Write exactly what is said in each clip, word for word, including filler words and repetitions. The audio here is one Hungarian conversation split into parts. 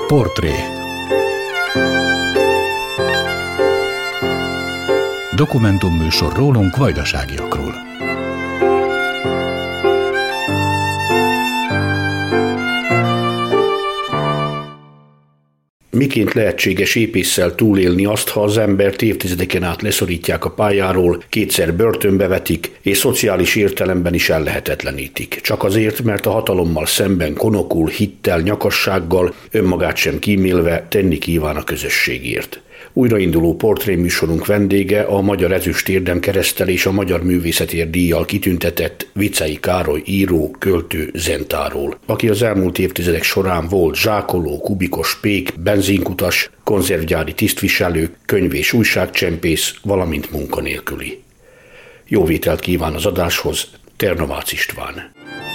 Portré. Dokumentumműsor rólunk, vajdaságiakról. Miként lehetséges épésszel túlélni azt, ha az embert évtizedeken át leszorítják a pályáról, kétszer börtönbe vetik, és szociális értelemben is ellehetetlenítik. Csak azért, mert a hatalommal szemben konokul, hittel, nyakassággal, önmagát sem kímélve tenni kíván a közösségért. Újrainduló portréműsorunk vendége a Magyar Ezüst Érdemkereszttel és a Magyar Művészetért díjjal kitüntetett Viczay Károly író, költő Zentáról, aki az elmúlt évtizedek során volt zsákoló, kubikos pék, benzinkutas, konzervgyári tisztviselő, könyv- és újságcsempész, valamint munkanélküli. Jó vételt kíván az adáshoz, Ternovácz István.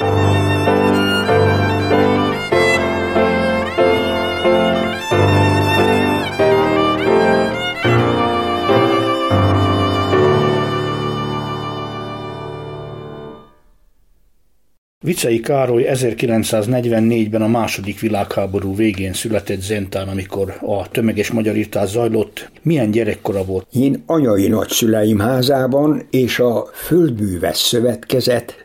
Viczay Károly ezerkilencszáznegyvennégyben a második világháború végén született Zentán, amikor a tömeges magyarírtás zajlott. Milyen gyerekkora volt? Én anyai nagyszüleim házában és a Földműves Szövetkezet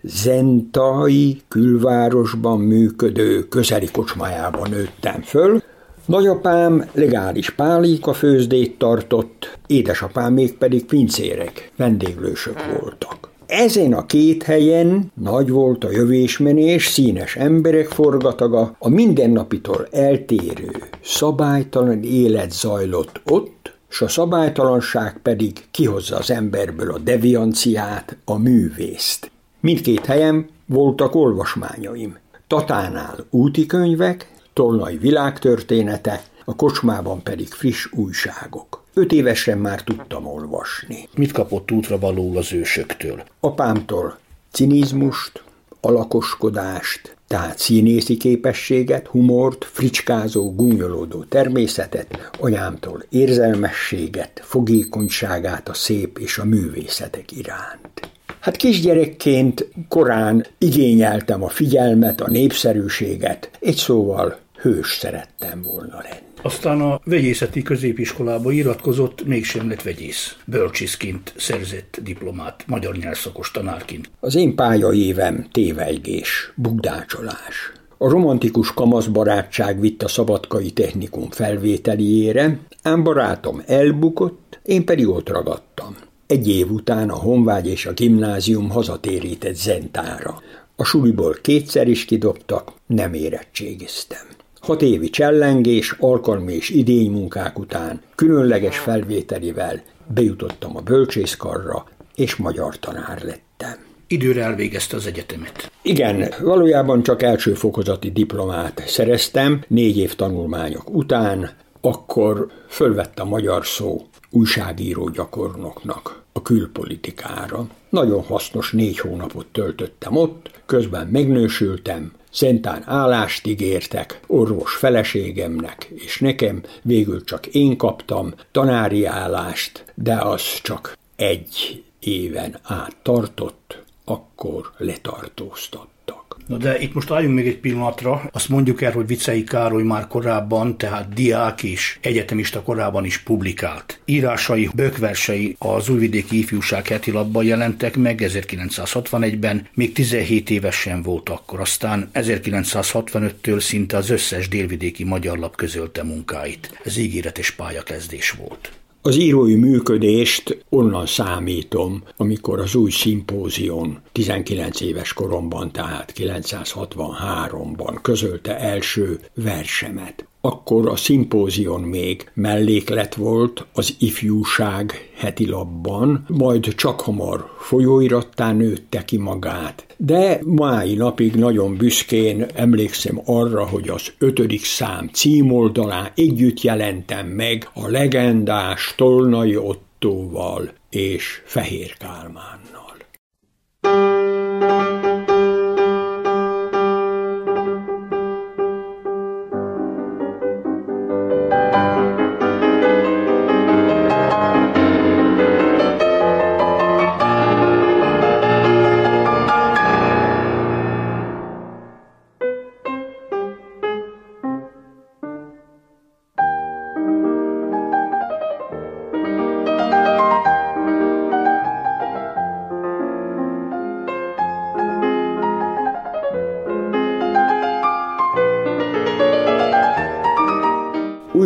zentai külvárosban működő közeli kocsmájában nőttem föl. Nagyapám legális pálinkafőzdét tartott, édesapám még pedig pincérek, vendéglősök voltak. Ezen a két helyen nagy volt a jövésmenés, színes emberek forgataga, a mindennapitól eltérő, szabálytalan élet zajlott ott, s a szabálytalanság pedig kihozza az emberből a devianciát, a művészt. Mindkét helyen voltak olvasmányaim. Tatánál útikönyvek, Tolnai világtörténete, a kocsmában pedig friss újságok. Öt évesen már tudtam olvasni. Mit kapott útra valóul az ősöktől? Apámtól cinizmust, alakoskodást, tehát színészi képességet, humort, fricskázó, gúnyolódó természetet, anyámtól érzelmességet, fogékonyságát a szép és a művészetek iránt. Hát kisgyerekként korán igényeltem a figyelmet, a népszerűséget, egy szóval hős szerettem volna lenni. Aztán a vegyészeti középiskolába iratkozott, mégsem lett vegyész. Bölcsészként szerzett diplomát, magyar nyelvszakos tanárként. Az én pályaévem tévejgés, bugdácsolás. A romantikus kamaszbarátság vitt a Szabadkai Technikum felvételiére, ám barátom elbukott, én pedig ott ragadtam. Egy év után a Honvágy és a gimnázium hazatérített Zentára. A suliból kétszer is kidobtak, nem érettségiztem. Hat évi csellengés, alkalmi és idénymunkák után különleges felvételivel bejutottam a bölcsészkarra, és magyar tanár lettem. Időre elvégezte az egyetemet. Igen, valójában csak első fokozati diplomát szereztem, négy év tanulmányok után, akkor fölvett a magyar szó újságíró gyakornoknak a külpolitikára. Nagyon hasznos négy hónapot töltöttem ott, közben megnősültem, Zentán állást ígértek, orvos feleségemnek, és nekem végül csak én kaptam tanári állást, de az csak egy éven át tartott, akkor letartóztattak. Na de itt most álljunk még egy pillanatra, azt mondjuk el, hogy Viczay Károly már korábban, tehát diák és egyetemista korában is publikált. Írásai, bökversei az Újvidéki Ifjúság heti lapban jelentek meg ezerkilencszázhatvanegyben, még tizenhét évesen volt akkor, aztán ezerkilencszázhatvanöttől szinte az összes délvidéki magyar lap közölte munkáit. Ez ígéretes pályakezdés volt. Az írói működést onnan számítom, amikor az új szimpózion tizenkilenc éves koromban, tehát kilencszázhatvanháromban közölte első versemet. Akkor a szimpózion még melléklet volt az Ifjúság heti lapban, majd csak hamar folyóirattá nőtte ki magát. De mái napig nagyon büszkén emlékszem arra, hogy az ötödik szám címoldalán együtt jelentem meg a legendás Tolnai Ottóval és Fehér Kálmánnal.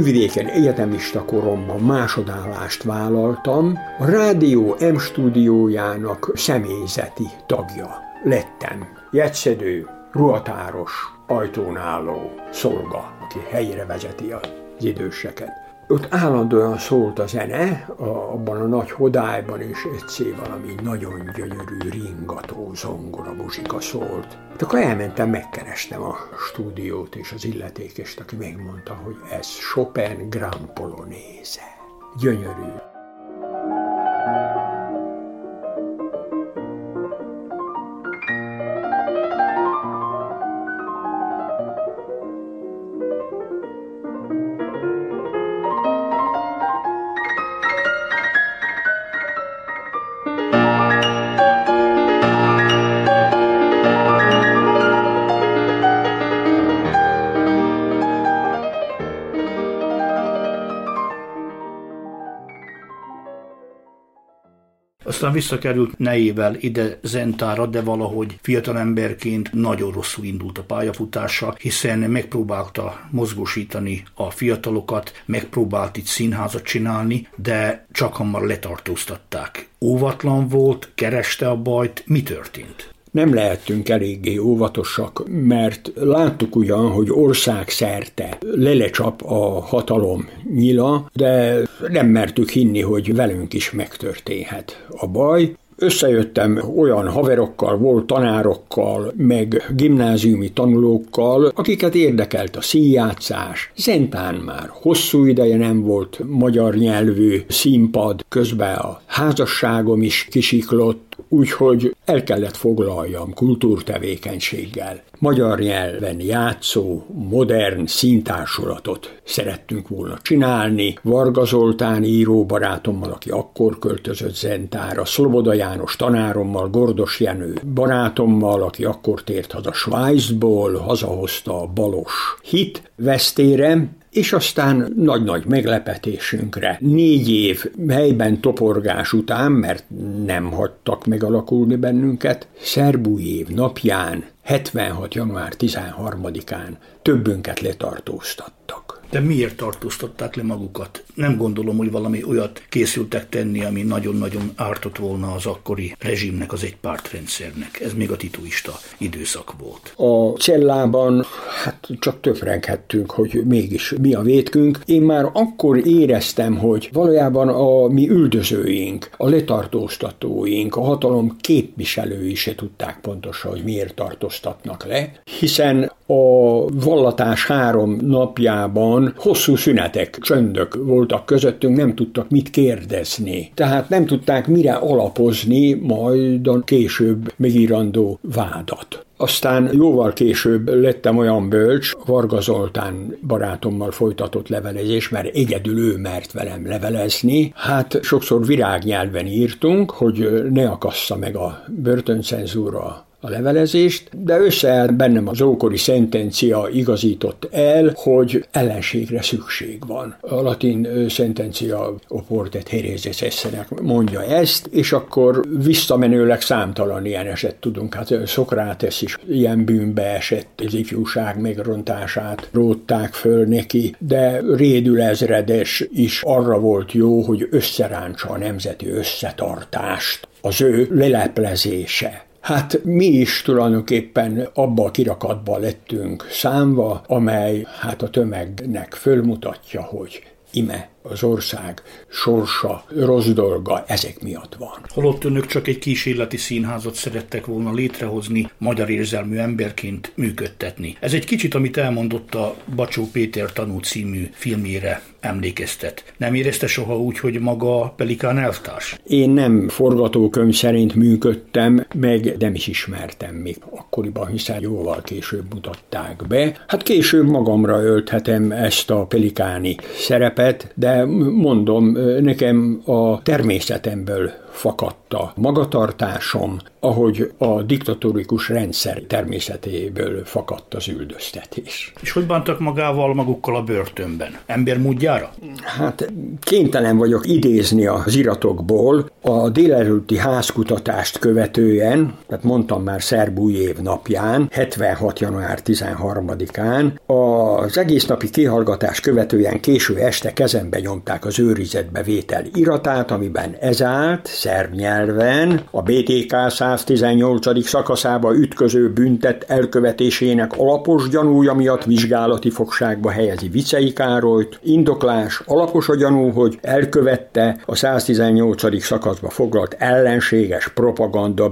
Újvidéken egyetemista koromban másodállást vállaltam, a rádió M stúdiójának személyzeti tagja lettem. Jegyszedő, ruhatáros, ajtón álló szolga, aki helyre vezeti az időseket. Ott állandóan szólt a zene, abban a nagy hodályban, és egyszer valami nagyon gyönyörű, ringató zongora muzsika szólt. De akkor elmentem, megkerestem a stúdiót és az illetékest, aki megmondta, hogy ez Chopin Grand Polonaise. Gyönyörű. Aztán visszakerült nejével ide Zentára, de valahogy fiatalemberként nagyon rosszul indult a pályafutása, hiszen megpróbálta mozgósítani a fiatalokat, megpróbált itt színházat csinálni, de csak hamar letartóztatták. Óvatlan volt, kereste a bajt, mi történt? Nem lehettünk eléggé óvatosak, mert láttuk ugyan, hogy országszerte lelecsap a hatalom nyila, de nem mertük hinni, hogy velünk is megtörténhet a baj. Összejöttem olyan haverokkal, volt tanárokkal, meg gimnáziumi tanulókkal, akiket érdekelt a színjátszás. Zentán már hosszú ideje nem volt magyar nyelvű színpad, közben a házasságom is kisiklott, úgyhogy el kellett foglaljam kultúrtevékenységgel. Magyar nyelven játszó, modern színtársulatot szerettünk volna csinálni. Varga Zoltán íróbarátommal, aki akkor költözött Zentára, Szloboda János tanárommal, Gordos Jenő barátommal, aki akkor tért haza Svájcból, hazahozta a balos hit vesztére, és aztán nagy-nagy meglepetésünkre négy év helyben toporgás után, mert nem hagytak megalakulni bennünket, szerbújév napján, hetvenhat január tizenharmadikán többünket letartóztattak. De miért tartóztatták le magukat? Nem gondolom, hogy valami olyat készültek tenni, ami nagyon-nagyon ártott volna az akkori rezsimnek, az egypártrendszernek. Ez még a tituista időszak volt. A cellában hát csak töprenghettünk, hogy mégis mi a vétkünk. Én már akkor éreztem, hogy valójában a mi üldözőink, a letartóztatóink, a hatalom képviselői se tudták pontosan, hogy miért tartóztatnak le, hiszen a vallatás három napjában hosszú szünetek, csöndök voltak közöttünk, nem tudtak mit kérdezni. Tehát nem tudták mire alapozni majd a később megírandó vádat. Aztán jóval később lettem olyan bölcs, Varga Zoltán barátommal folytatott levelezés, mert egyedül ő mert velem levelezni. Hát sokszor virágnyelven írtunk, hogy ne akassza meg a börtöncenzúra a levelezést, de összeállt bennem az ókori szentencia igazított el, hogy ellenségre szükség van. A latin szentencia oportet hereses essenek mondja ezt, és akkor visszamenőleg számtalan ilyen eset tudunk. Hát Szokrates is ilyen bűnbe esett, az ifjúság megrontását rótták föl neki, de Rédül ezredes is arra volt jó, hogy összeráncsa a nemzeti összetartást, az ő leleplezése. Hát mi is tulajdonképpen abba a kirakatba lettünk számva, amely hát a tömegnek fölmutatja, hogy ime az ország sorsa, rossz dolga ezek miatt van. Holott önök csak egy kísérleti színházat szerettek volna létrehozni, magyar érzelmű emberként működtetni. Ez egy kicsit, amit elmondott a Bacsó Péter tanú című filmjére emlékeztet. Nem érezte soha úgy, hogy maga Pelikán elvtárs? Én nem forgatókönyv szerint működtem, meg nem is ismertem még akkoriban, hiszen jóval később mutatták be. Hát később magamra ölthetem ezt a pelikáni szerepet, de mondom, nekem a természetemből fakadt a magatartásom, ahogy a diktatórikus rendszer természetéből fakadt az üldöztetés. És hogy bántak magával magukkal a börtönben? Embermódjára? Hát kénytelen vagyok idézni az iratokból a délelőtti házkutatást követően, tehát mondtam már szerb év napján, hetvenhat január tizenharmadikán, az egész napi kihallgatás követően késő este kezembe nyomták az őrizetbevétel iratát, amiben ez állt, szerb nyelven, a bé té ká száztizennyolcadik szakaszába ütköző büntet elkövetésének alapos gyanúja miatt vizsgálati fogságba helyezi Vicei Károlyt. Indoklás: alapos a gyanú, hogy elkövette a száztizennyolcadik szakaszba foglalt ellenséges propaganda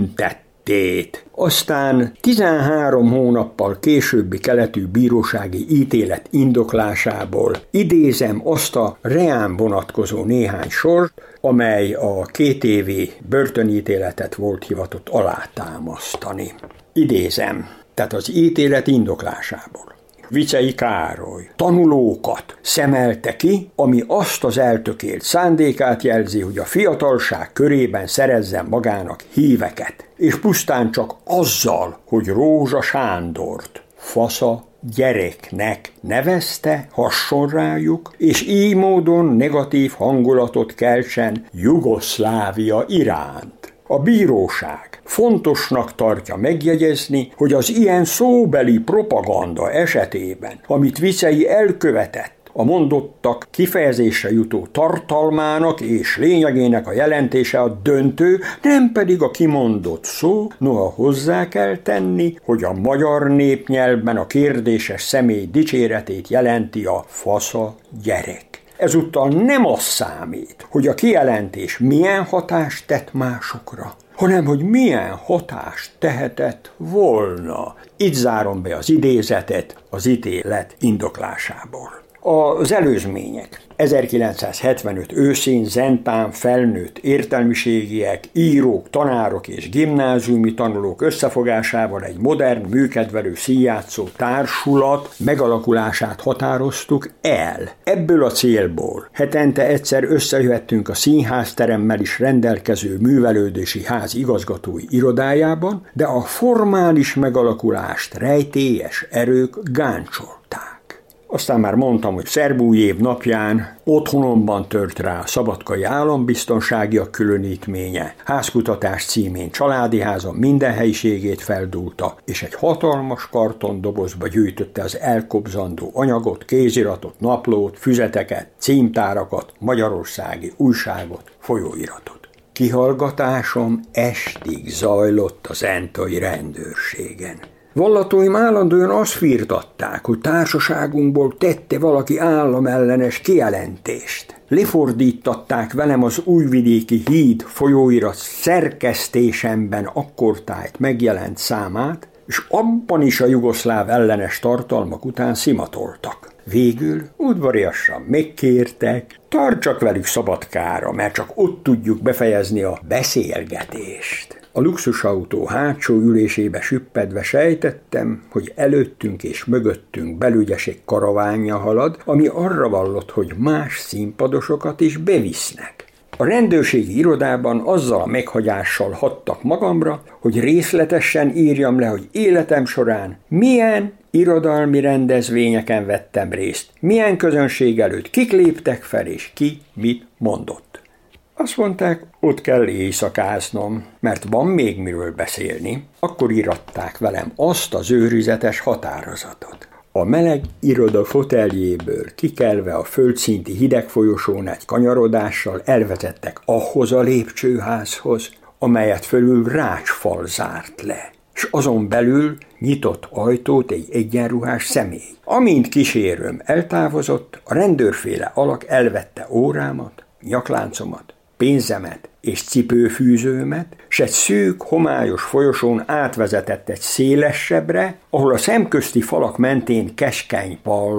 büntettét. Aztán tizenhárom hónappal későbbi keletű bírósági ítélet indoklásából idézem azt a reán vonatkozó néhány sort, amely a két évi börtönítéletet volt hivatott alátámasztani. Idézem, tehát az ítélet indoklásából. Vicei Károly tanulókat szemelte ki, ami azt az eltökélt szándékát jelzi, hogy a fiatalság körében szerezzen magának híveket, és pusztán csak azzal, hogy Rózsa Sándort fasza gyereknek nevezte, hasson rájuk, és így módon negatív hangulatot keltsen Jugoszlávia iránt. A bíróság fontosnak tartja megjegyezni, hogy az ilyen szóbeli propaganda esetében, amit Vicei elkövetett, a mondottak kifejezésre jutó tartalmának és lényegének a jelentése a döntő, nem pedig a kimondott szó, noha hozzá kell tenni, hogy a magyar népnyelvben a kérdéses személy dicséretét jelenti a fasza gyerek. Ezúttal nem az számít, hogy a kijelentés milyen hatást tett másokra, hanem hogy milyen hatást tehetett volna. Itt zárom be az idézetet az ítélet indoklásából. Az előzmények. ezerkilencszázhetvenöt őszén Zentán felnőtt értelmiségiek, írók, tanárok és gimnáziumi tanulók összefogásával egy modern, műkedvelő színjátszó társulat megalakulását határoztuk el. Ebből a célból hetente egyszer összejöhettünk a színházteremmel is rendelkező művelődési ház igazgatói irodájában, de a formális megalakulást rejtélyes erők gáncsolták. Aztán már mondtam, hogy szerb év napján otthonomban tört rá a szabadkai állambiztonságiak különítménye, házkutatás címén családi házam minden helyiségét feldúlta, és egy hatalmas kartondobozba gyűjtötte az elkobzandó anyagot, kéziratot, naplót, füzeteket, címtárakat, magyarországi újságot, folyóiratot. Kihallgatásom estig zajlott az entai rendőrségen. Vallatóim állandóan azt firtatták, hogy társaságunkból tette valaki államellenes kijelentést. Lefordítatták velem az Újvidéki Híd folyóirat szerkesztésemben akkortájt megjelent számát, és abban is a jugoszláv ellenes tartalmak után szimatoltak. Végül udvariasan megkértek, tartsak velük Szabadkára, mert csak ott tudjuk befejezni a beszélgetést. A luxusautó hátsó ülésébe süppedve sejtettem, hogy előttünk és mögöttünk belügyesek karavánja halad, ami arra vallott, hogy más színpadosokat is bevisznek. A rendőrségi irodában azzal a meghagyással hattak magamra, hogy részletesen írjam le, hogy életem során milyen irodalmi rendezvényeken vettem részt, milyen közönség előtt kik léptek fel és ki mit mondott. Azt mondták, ott kell éjszakáznom, mert van még miről beszélni. Akkor íratták velem azt az őrizetes határozatot. A meleg iroda foteljéből kikelve a földszinti hideg folyosón egy kanyarodással elvezettek ahhoz a lépcsőházhoz, amelyet fölül rácsfal zárt le, és azon belül nyitott ajtót egy egyenruhás személy. Amint kísérőm eltávozott, a rendőrféle alak elvette órámat, nyakláncomat, pénzemet és cipőfűzőmet, s egy szűk, homályos folyosón átvezetett egy szélesebbre, ahol a szemközti falak mentén keskeny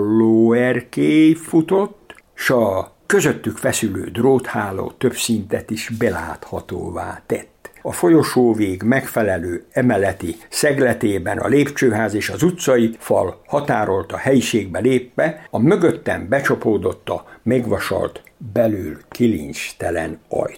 pallóerkély futott, s a közöttük feszülő drótháló több szintet is beláthatóvá tett. A folyosóvég megfelelő emeleti szegletében a lépcsőház és az utcai fal határolta helyiségbe lépve, a mögöttem becsapódott a megvasalt, belül kilincstelen ajtó.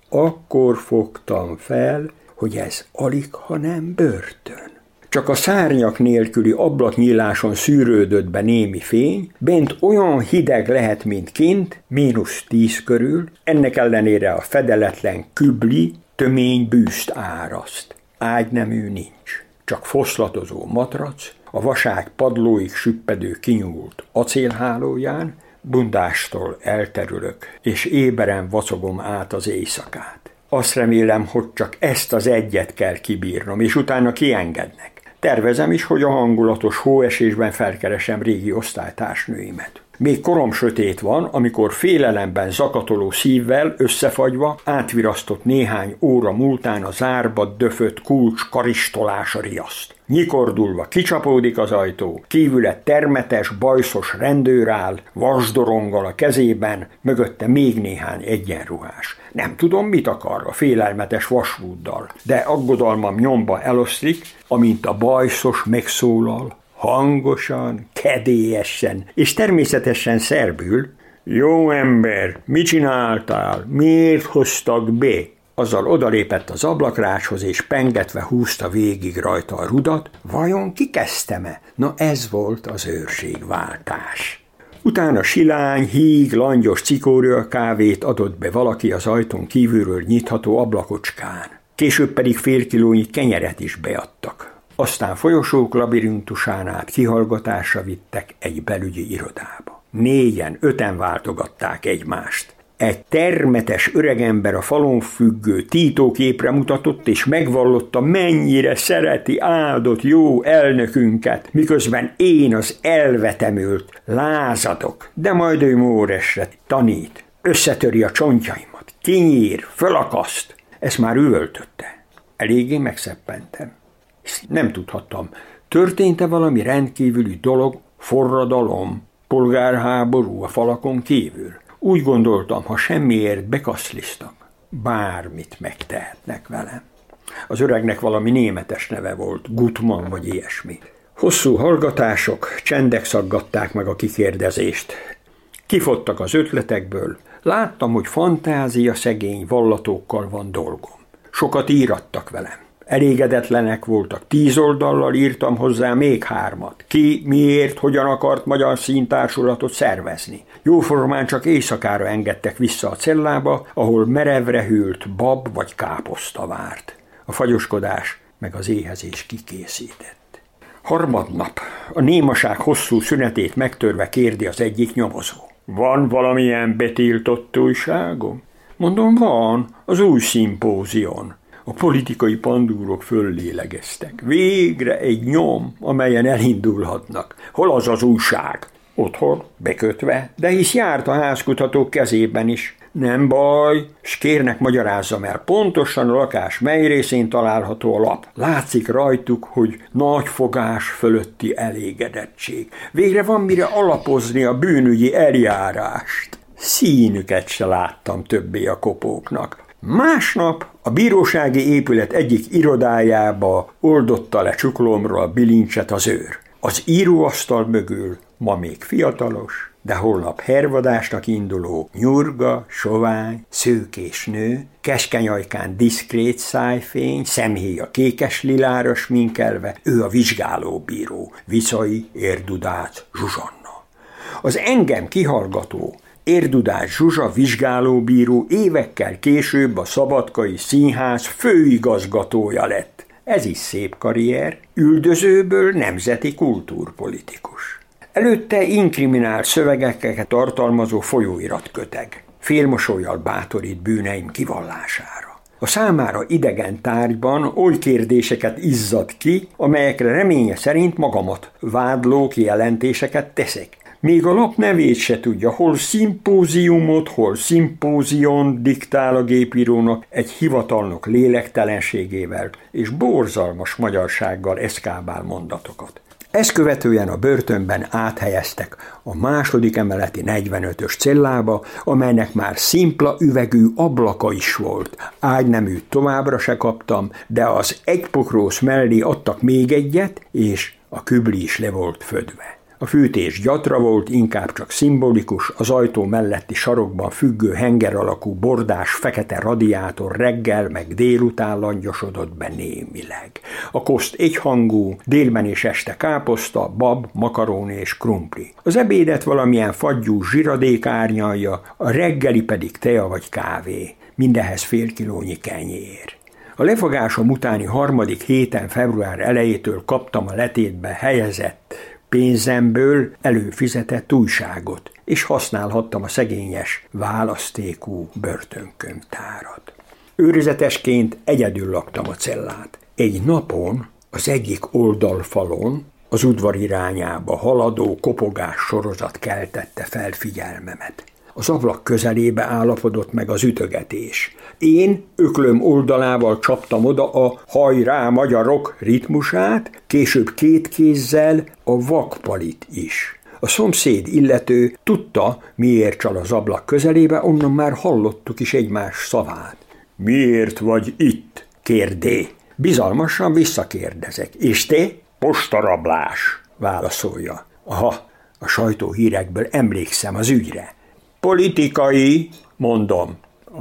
Akkor fogtam fel, hogy ez alig, ha nem börtön. Csak a szárnyak nélküli ablaknyíláson szűrődött be némi fény, bent olyan hideg lehet, mint kint, mínusz tíz körül, ennek ellenére a fedeletlen kübli tömény bűzt áraszt. Ágynemű nincs, csak foszlatozó matrac, a vaság padlóig süppedő kinyúlt acélhálóján, bundástól elterülök, és éberen vacogom át az éjszakát. Azt remélem, hogy csak ezt az egyet kell kibírnom, és utána kiengednek. Tervezem is, hogy a hangulatos hóesésben felkeresem régi osztálytársnőimet. Még korom sötét van, amikor félelemben zakatoló szívvel összefagyva átvirasztott néhány óra múltán a zárba döfött kulcs karistolása riaszt. Nyikordulva kicsapódik az ajtó, kívüle termetes, bajszos rendőr áll, vasdoronggal a kezében, mögötte még néhány egyenruhás. Nem tudom, mit akar a félelmetes vasvúddal, de aggodalmam nyomba eloszlik, amint a bajszos megszólal, hangosan, kedélyesen, és természetesen szerbül. Jó ember, mit csináltál? Miért hoztak be? Azzal odalépett az ablakrácshoz, és pengetve húzta végig rajta a rudat. Vajon kikezdtem-e? Na ez volt az őrségváltás. Utána silány, híg, langyos cikória kávét adott be valaki az ajtón kívülről nyitható ablakocskán. Később pedig fél kilónyi kenyeret is beadtak. Aztán folyosók labirintusán át kihallgatásra vittek egy belügyi irodába. Négyen, öten váltogatták egymást. Egy termetes öregember a falon függő títóképre mutatott, és megvallotta, mennyire szereti áldott jó elnökünket, miközben én az elvetemült lázadok, de majd ő Móresre tanít, összetöri a csontjaimat, kinyír, fölakaszt. Ezt már üvöltötte. Eléggé megszeppentem. Nem tudhattam, történt-e valami rendkívüli dolog, forradalom, polgárháború a falakon kívül. Úgy gondoltam, ha semmiért bekaszliztak, bármit megtehetnek velem. Az öregnek valami németes neve volt, Gutmann vagy ilyesmi. Hosszú hallgatások, csendek szaggatták meg a kikérdezést. Kifottak az ötletekből, láttam, hogy fantázia szegény vallatókkal van dolgom. Sokat írattak velem. Elégedetlenek voltak, tíz oldallal írtam hozzá még hármat. Ki, miért, hogyan akart magyar színtársulatot szervezni. Jóformán csak éjszakára engedtek vissza a cellába, ahol merevre hűlt bab vagy káposzta várt. A fagyoskodás meg az éhezés kikészített. Harmadnap a némaság hosszú szünetét megtörve kérdi az egyik nyomozó. Van valamilyen betiltott újságom? Mondom, van, az új szimpózion. A politikai pandúrok föllélegeztek. Végre egy nyom, amelyen elindulhatnak. Hol az az újság? Otthon, bekötve, de hisz járt a házkutatók kezében is. Nem baj, s kérnek magyarázzam el pontosan a lakás mely részén található a lap. Látszik rajtuk, hogy nagy fogás fölötti elégedettség. Végre van mire alapozni a bűnügyi eljárást. Színüket se láttam többé a kopóknak. Másnap a bírósági épület egyik irodájába oldotta le csuklomról a bilincset az őr. Az íróasztal mögül ma még fiatalos, de holnap hervadásnak induló, nyurga, sovány, szőkés nő, keskeny ajkán diszkrét szájfény, szemhéja kékes lilára sminkelve, ő a vizsgálóbíró, Viszai Érdudát Zsuzsanna. Az engem kihallgató Érdudás Zsuzsa vizsgálóbíró évekkel később a Szabadkai Színház főigazgatója lett. Ez is szép karrier, üldözőből nemzeti kultúrpolitikus. Előtte inkriminált szövegeket tartalmazó folyóiratköteg. Félmosollyal bátorít bűneim kivallására. A számára idegen tárgyban oly kérdéseket izzad ki, amelyekre reménye szerint magamat vádló kijelentéseket teszek. Még a lap nevét se tudja, hol szimpóziumot, hol szimpózion diktál a gépírónak egy hivatalnok lélektelenségével és borzalmas magyarsággal eszkábál mondatokat. Ezt követően a börtönben áthelyeztek a második emeleti negyvenötös cellába, amelynek már szimpla üvegű ablaka is volt. Ágyneműt továbbra se kaptam, de az egypokrósz mellé adtak még egyet, és a kübli is le volt födve. A fűtés gyatra volt, inkább csak szimbolikus, az ajtó melletti sarokban függő henger alakú bordás fekete radiátor reggel meg délután langyosodott be némileg. A koszt egyhangú, délben és este káposzta, bab, makaróni és krumpli. Az ebédet valamilyen fagyú zsiradék árnyalja, a reggeli pedig tea vagy kávé, mindehez fél kilónyi kenyér. A lefogásom utáni harmadik héten február elejétől kaptam a letétbe helyezett pénzemből előfizetett újságot, és használhattam a szegényes választékú börtönkönyvtárat. Őrizetesként egyedül laktam a cellát. Egy napon az egyik oldalfalon az udvar irányába haladó kopogás sorozat keltette fel figyelmemet. Az ablak közelébe állapodott meg az ütögetés. Én öklöm oldalával csaptam oda a hajrá magyarok ritmusát, később két kézzel a vakpalit is. A szomszéd illető tudta, miért csal az ablak közelébe, onnan már hallottuk is egymás szavát. Miért vagy itt? Kérdé. Bizalmasan visszakérdezek. És te? Postarablás, válaszolja. Aha, a sajtóhírekből emlékszem az ügyre. Politikai, mondom.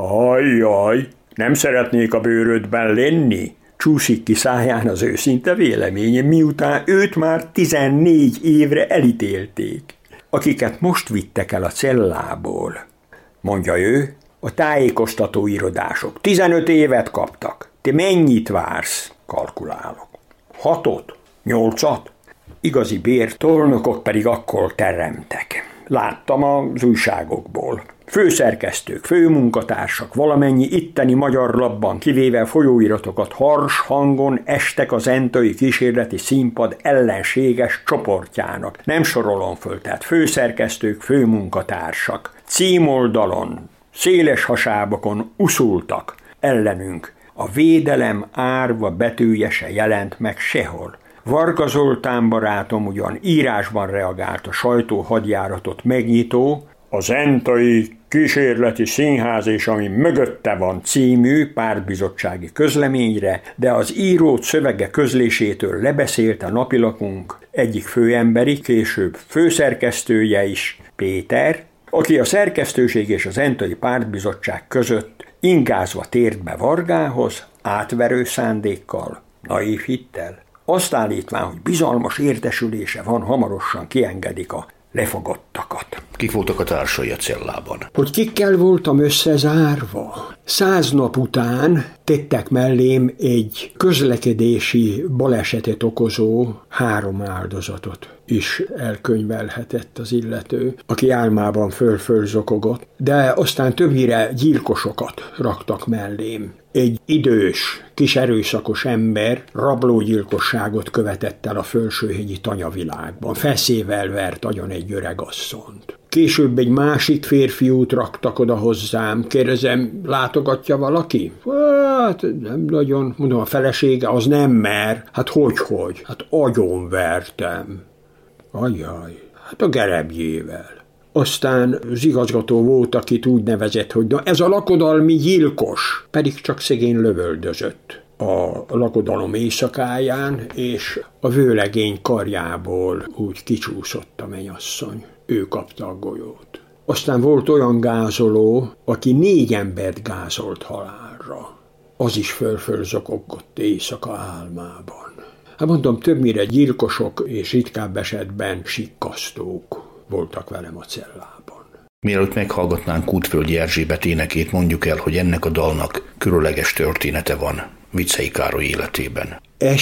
Ajjaj, nem szeretnék a bőrödben lenni? Csúszik ki száján az őszinte véleménye, miután őt már tizennégy évre elítélték, akiket most vittek el a cellából. Mondja ő, a tájékoztató irodások tizenöt évet kaptak. Te mennyit vársz? Kalkulálok. Hatot? Nyolcat? Igazi bértolnokok pedig akkor teremtek. Láttam az újságokból. Főszerkesztők, főmunkatársak, valamennyi itteni magyar lapban, kivéve folyóiratokat hars hangon estek az entai kísérleti színpad ellenséges csoportjának. Nem sorolom föl, tehát főszerkesztők, főmunkatársak. Címoldalon, széles hasábokon uszultak ellenünk. A védelem árva betűje se jelent meg sehol. Varga Zoltán barátom ugyan írásban reagált a sajtó hadjáratot megnyitó, az entai kísérleti színház és ami mögötte van című pártbizottsági közleményre, de az írót szövege közlésétől lebeszélt a napilapunk egyik főemberi, később főszerkesztője is, Péter, aki a szerkesztőség és az entai pártbizottság között ingázva tért be Vargához, átverő szándékkal, naív hittel. Azt állítván, hogy bizalmas értesülése van, hamarosan kiengedik a lefogottakat. Kik voltak a társai a cellában? Hogy kikkel voltam összezárva? Száz nap után tettek mellém egy közlekedési balesetet okozó három áldozatot is elkönyvelhetett az illető, aki álmában föl-föl zokogott, de aztán többnyire gyilkosokat raktak mellém. Egy idős, kis erőszakos ember rablógyilkosságot követett el a fölsőhegyi tanyavilágban. Feszével vert agyon egy öreg asszont. Később egy másik férfiút raktak oda hozzám. Kérdezem, látogatja valaki? Hát nem nagyon. Mondom, a felesége az nem mer. Hát hogy-hogy? Hát agyon vertem. Ajjaj, hát a gerebjével. Aztán az igazgató volt, akit úgy nevezett, hogy na, ez a lakodalmi gyilkos, pedig csak szegény lövöldözött a lakodalom éjszakáján, és a vőlegény karjából úgy kicsúszott a mennyasszony. Ő kapta a golyót. Aztán volt olyan gázoló, aki négy embert gázolt halálra. Az is föl-föl zokogott éjszaka álmában. Hát mondom, többnyire gyilkosok és ritkább esetben sikkasztók voltak velem a cellában. Mielőtt meghallgatnánk Kútföldi Erzsébet énekét, mondjuk el, hogy ennek a dalnak különleges története van Viczei Károly életében.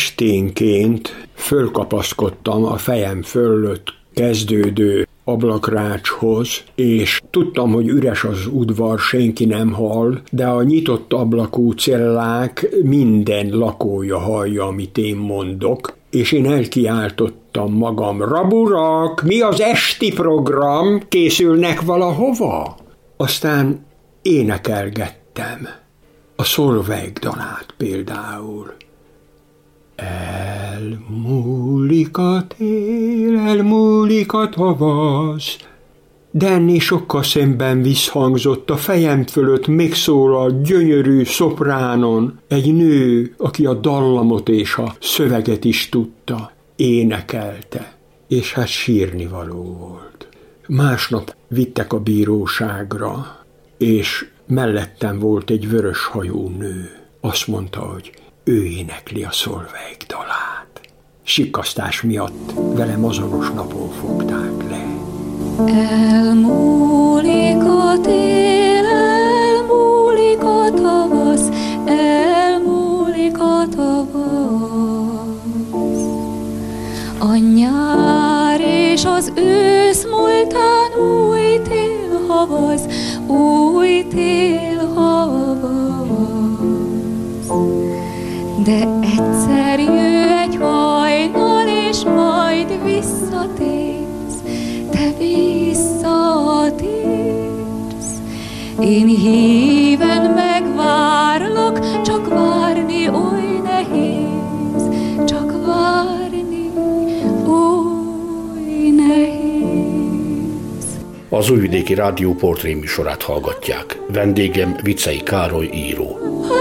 Esténként fölkapaszkodtam a fejem fölött kezdődő ablakrácshoz, és tudtam, hogy üres az udvar, senki nem hall, de a nyitott ablakú cellák minden lakója hallja, amit én mondok, és én elkiáltottam magam, raburak, mi az esti program, készülnek valahova? Aztán énekelgettem a Solveig dalát például. Elmúlik a tél, elmúlik a tavasz, de ennél sokkal szemben visszhangzott a fejem fölött megszólalt gyönyörű szopránon egy nő, aki a dallamot és a szöveget is tudta, énekelte. és hát sírnivaló volt. Másnap vittek a bíróságra, és mellettem volt egy vöröshajú nő. Azt mondta, hogy ő énekli a Solveig dalát. Sikkasztás miatt velem azonos napon fogták le. Elmúlik a tél, elmúlik a tavasz, elmúlik a tavasz. A nyár és az ősz múltán új tél havaz, új tél havaz. De egyszer jö egy hajnal, és majd visszatérsz, te visszatérsz. Én híven megvárlak, csak várni oly nehéz, csak várni oly nehéz. Az Újvidéki Rádió portréműsorát hallgatják. Vendégem Vicei Károly író.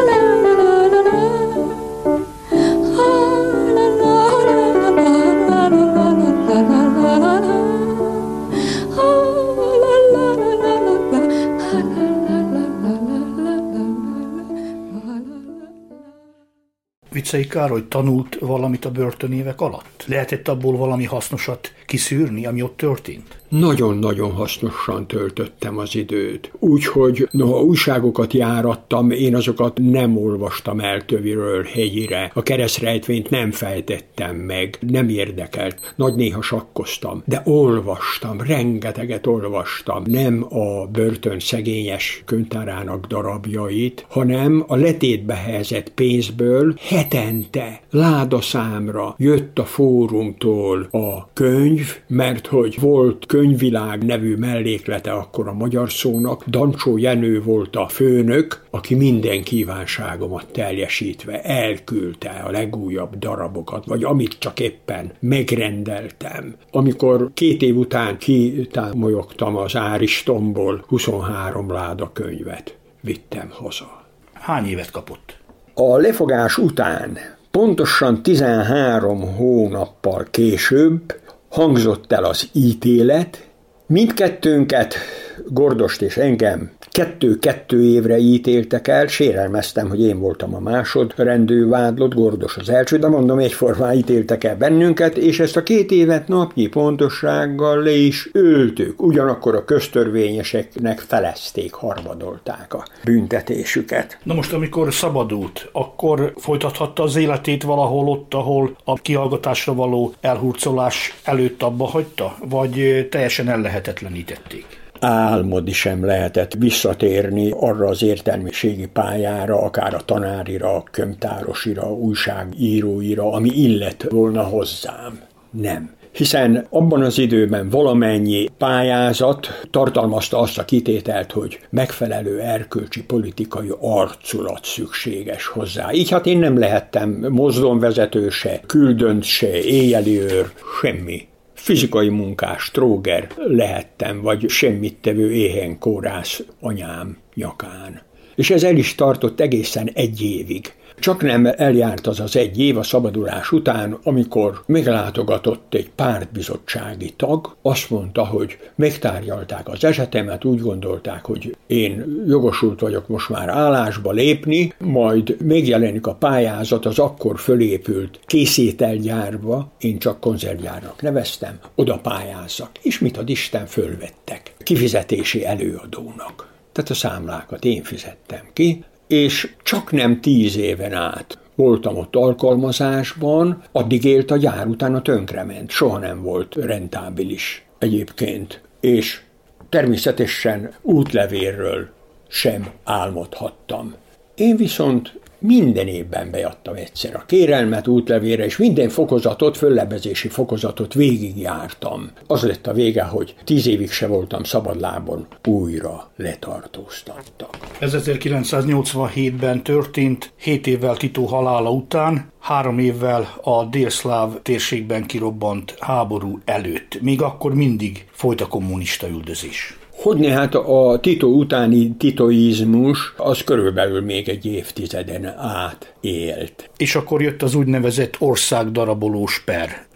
Vicei Károly tanult valamit a börtönévek alatt? Lehetett abból valami hasznosat kiszűrni, ami ott történt? Nagyon-nagyon hasznosan töltöttem az időt. Úgyhogy noha újságokat járattam, én azokat nem olvastam el töviről hegyire. A keresztrejtvényt nem fejtettem meg, nem érdekelt. Nagy néha sakkoztam, de olvastam, rengeteget olvastam. Nem a börtön szegényes könyvtárának darabjait, hanem a letétbe helyezett pénzből hetente ládaszámra jött a fórumtól a könyv, mert hogy volt Könyvvilág nevű melléklete akkor a magyar szónak. Dancsó Jenő volt a főnök, aki minden kívánságomat teljesítve elküldte a legújabb darabokat, vagy amit csak éppen megrendeltem. Amikor két év után kitámolyogtam az Áristomból, huszonhárom láda könyvet vittem haza. Hány évet kapott? A lefogás után, pontosan tizenhárom hónappal később hangzott el az ítélet. Mindkettőnket, Gordost és engem kettő-kettő évre ítéltek el, sérelmeztem, hogy én voltam a másodrendű vádlott, Gordos az első, de mondom, egyformán ítéltek el bennünket, és ezt a két évet napnyi pontossággal le is öltük. Ugyanakkor a köztörvényeseknek felezték, harmadolták a büntetésüket. Na most, amikor szabadult, akkor folytathatta az életét valahol ott, ahol a kihallgatásra való elhurcolás előtt abba hagyta, vagy teljesen ellehetetlenítették? Álmodni sem lehetett visszatérni arra az értelmiségi pályára, akár a tanárira, könyvtárosira, újságíróira, ami illett volna hozzám. Nem. Hiszen abban az időben valamennyi pályázat tartalmazta azt a kitételt, hogy megfelelő erkölcsi politikai arculat szükséges hozzá. Így hát én nem lehettem mozdonvezető se, küldönt se, éjjeli őr, semmi. Fizikai munkás, tróger lehettem, vagy semmit tevő éhen kórász anyám nyakán. És ez el is tartott egészen egy évig. Csak nem eljárt az az egy év a szabadulás után, amikor meglátogatott egy pártbizottsági tag, azt mondta, hogy megtárgyalták az esetemet, úgy gondolták, hogy én jogosult vagyok most már állásba lépni, majd megjelenik a pályázat az akkor fölépült készételgyárba, én csak konzervgyárnak neveztem, oda pályázzak, és mit ad Isten, fölvettek kifizetési előadónak. Tehát a számlákat én fizettem ki, és csak nem tíz éven át voltam ott alkalmazásban, addig élt a gyár, utána tönkrement, soha nem volt rentábilis egyébként, és természetesen útlevélről sem álmodhattam. Én viszont minden évben beadtam egyszer a kérelmet útlevélre, és minden fokozatot, föllebbezési fokozatot végigjártam. Az lett a vége, hogy tíz évig se voltam szabadlábon, újra letartóztattak. Ez ezerkilencszáznyolcvanhétben történt, hét évvel Tito halála után, három évvel a délszláv térségben kirobbant háború előtt. Még akkor mindig folyt a kommunista üldözés. Hogyne, hát a Tito utáni titoizmus az körülbelül még egy évtizeden át élt. És akkor jött az úgynevezett országdarabolós per.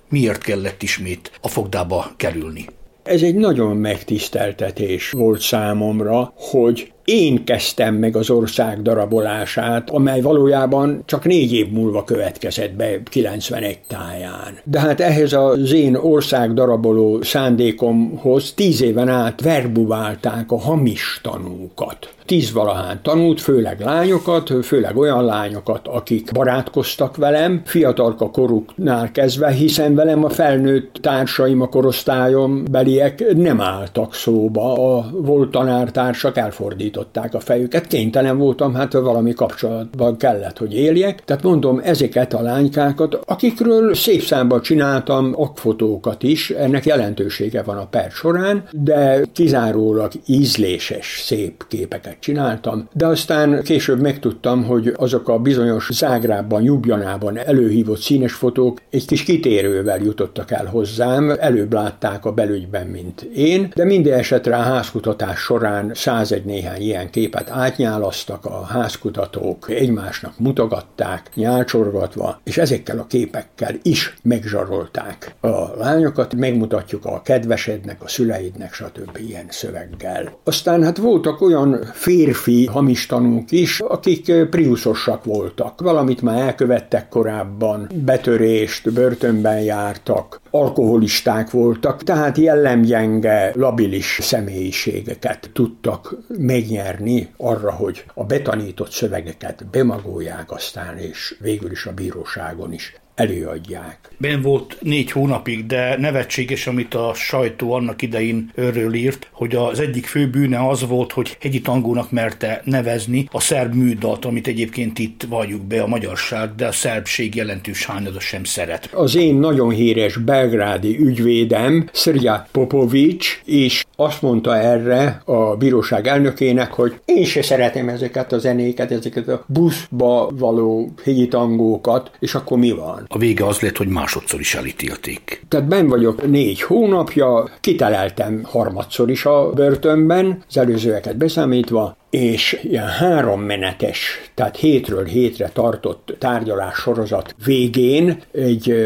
miért kellett ismét a fogdába kerülni? Ez egy nagyon megtiszteltetés volt számomra, hogy én kezdtem meg az ország darabolását, amely valójában csak négy év múlva következett be kilencvenegy táján. De hát ehhez az én ország daraboló szándékomhoz tíz éven át verbuválták a hamis tanúkat. Tízvalahán tanút, főleg lányokat, főleg olyan lányokat, akik barátkoztak velem, fiatalka koruknál kezdve, hiszen velem a felnőtt társaim, a korosztályom beliek nem álltak szóba, a volt tanártársak elfordították a fejüket, kénytelen voltam, hát valami kapcsolatban kellett, hogy éljek. Tehát mondom, ezeket a lánykákat, akikről szép számban csináltam akfotókat is, ennek jelentősége van a per során, de kizárólag ízléses, szép képeket csináltam, de aztán később megtudtam, hogy azok a bizonyos Zágrábban, Ljubljanában előhívott színes fotók egy kis kitérővel jutottak el hozzám, előbb látták a belügyben, mint én, de minden esetre a házkutatás során százegy néhány ilyen képet átnyálasztak a házkutatók, egymásnak mutogatták, nyálcsorgatva, és ezekkel a képekkel is megzsarolták a lányokat, megmutatjuk a kedvesednek, a szüleidnek, stb. Ilyen szöveggel. Aztán hát voltak olyan férfi hamis tanúk is, akik priuszosak voltak. Valamit már elkövettek korábban, betörést, börtönben jártak, alkoholisták voltak, tehát jellemgyenge, labilis személyiségeket tudtak megnyerni arra, hogy a betanított szövegeket bemagolják aztán, és végül is a bíróságon is előadják. Ben volt négy hónapig, de nevetséges, amit a sajtó annak idején őről írt, hogy az egyik fő bűne az volt, hogy hegyi tangónak merte nevezni a szerb műdalt, amit egyébként itt valljuk be a magyarság, de a szerbség jelentős hányada sem szeret. Az én nagyon híres belgrádi ügyvédem, Srđa Popović, és azt mondta erre a bíróság elnökének, hogy én se szeretem ezeket a zenéket, ezeket a buszba való hegyi tangókat, és akkor mi van? A vége az lett, hogy másodszor is elítélték. Tehát benn vagyok négy hónapja, kiteleltem harmadszor is a börtönben, az előzőeket beszámítva, és ilyen hárommenetes, tehát hétről hétre tartott tárgyalás sorozat végén, egy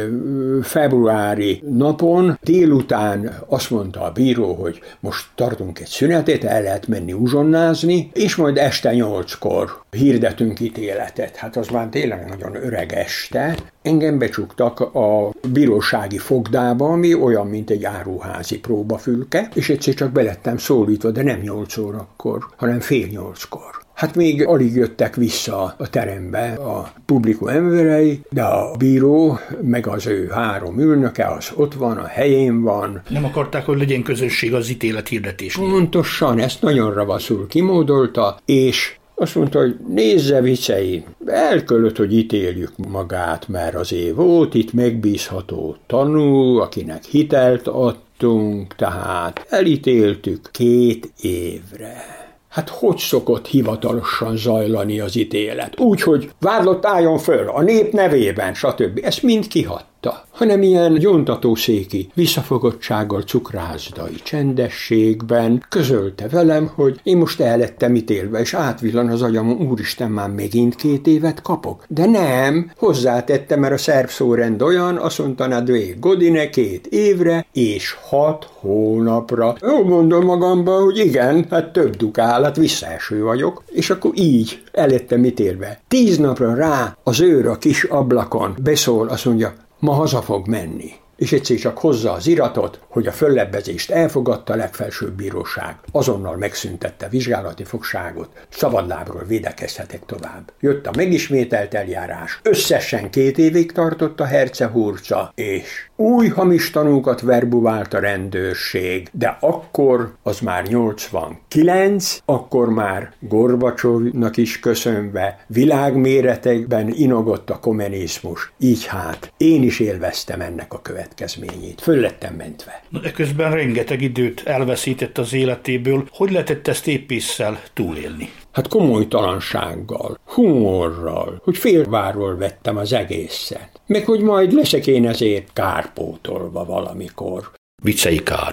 februári napon délután azt mondta a bíró, hogy most tartunk egy szünetet, el lehet menni uzsonnázni, és majd este nyolckor hirdetünk ítéletet. Hát az már tényleg nagyon öreg este. Engem becsuktak a bírósági fogdába, ami olyan, mint egy áruházi próbafülke, és egyszer csak belettem szólítva, de nem nyolc órakor, hanem fél nyolckor. Hát még alig jöttek vissza a terembe a publikum emberei, de a bíró, meg az ő három ülnöke, az ott van, a helyén van. Nem akarták, hogy legyen közönség az ítélet hirdetésnél. Pontosan, ezt nagyon ravaszul kimódolta, és azt mondta, hogy nézze, vicei, elkölött, hogy ítéljük magát, mert azért volt itt megbízható tanú, akinek hitelt adtunk, tehát elítéltük két évre. Hát hogy szokott hivatalosan zajlani az ítélet? Úgy, hogy vádlott álljon föl a nép nevében, stb. Ezt mind kihagyta. Hanem ilyen gyóntatószéki visszafogottsággal, cukrázdai csendességben közölte velem, hogy én most el lettem ítélve, és átvillan az agyamon, úristen, már megint két évet kapok. De nem, hozzátette, mert a szerb szórend olyan, azt mondta, na dvé godine, két évre, és hat hónapra. Jó, mondom magamban, hogy igen, hát több dukál, hát visszaeső vagyok, és akkor így el lettem ítélve. Tíz napra rá az őr a kis ablakon beszól, azt mondja, ma haza fog menni. És egyszer csak hozza az iratot, hogy a föllebbezést elfogadta a legfelsőbb bíróság. Azonnal megszüntette vizsgálati fogságot, szabadlábról védekezhetek tovább. Jött a megismételt eljárás, összesen két évig tartott a hercehurca, és új hamis tanúkat verbuvált a rendőrség, de akkor az már nyolcvankilenc, akkor már Gorbacsovnak is köszönve világméretekben inogott a kommunizmus. Így hát én is élveztem ennek a következményét. Föl lettem mentve. Na, de közben rengeteg időt elveszített az életéből. Hogy lehetett ezt épésszel túlélni? Hát komolytalansággal, humorral, hogy félváról vettem az egészet. Meg hogy majd leszek én ezért kárpótolva valamikor. Vicei Károly.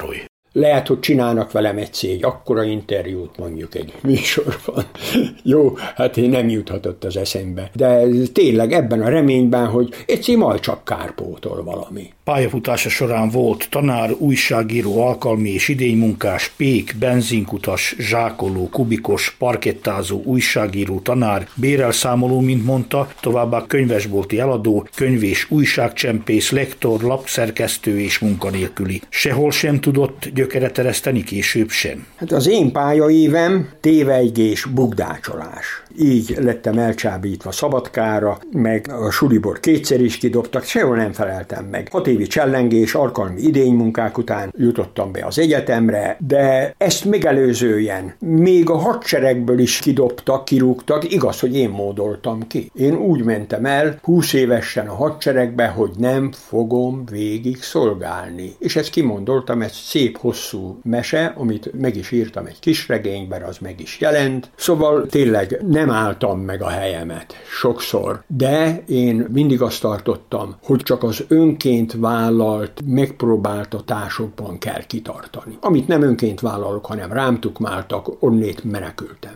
Lehet, hogy csinálnak velem egy cég akkora interjút mondjuk egy műsorban. Jó, hát nem juthatott az eszembe. De tényleg ebben a reményben, hogy egyszer majd csak kárpótol valami. Pályafutása során volt tanár, újságíró, alkalmi és idénymunkás, pék, benzinkutas, zsákoló, kubikos, parkettázó, újságíró, tanár, bérelszámoló, mint mondta, továbbá könyvesbolti eladó, könyv- és újságcsempész, lektor, lapszerkesztő és munkanélküli. Sehol sem tudott gyökeret ereszteni, később sem. Hát az én pályaévem tévejgés, bukdácsolás. Így lettem elcsábítva Szabadkára, meg a sulibor kétszer is kidobtak, sehol nem feleltem meg. Hat évi csellengés, alkalmi idénymunkák után jutottam be az egyetemre, de ezt megelőzően még a hadseregből is kidobtak, kirúgtak, igaz, hogy én módoltam ki. Én úgy mentem el húsz évesen a hadseregbe, hogy nem fogom végig szolgálni. És ezt kimondoltam, ez szép hosszú mese, amit meg is írtam egy kis regényben, az meg is jelent. Szóval tényleg nem álltam meg a helyemet sokszor, de én mindig azt tartottam, hogy csak az önként vállalt megpróbáltatásokban kell kitartani. Amit nem önként vállalok, hanem rám tukmáltak, onnét menekültem.